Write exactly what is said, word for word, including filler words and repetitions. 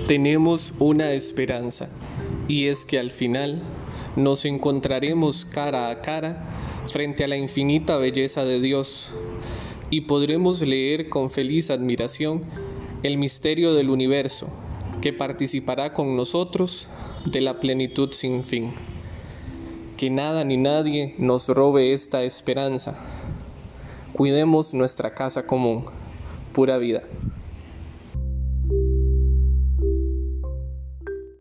Tenemos una esperanza, y es que al final nos encontraremos cara a cara frente a la infinita belleza de Dios y podremos leer con feliz admiración el misterio del universo que participará con nosotros de la plenitud sin fin. Que nada ni nadie nos robe esta esperanza. Cuidemos nuestra casa común, pura vida.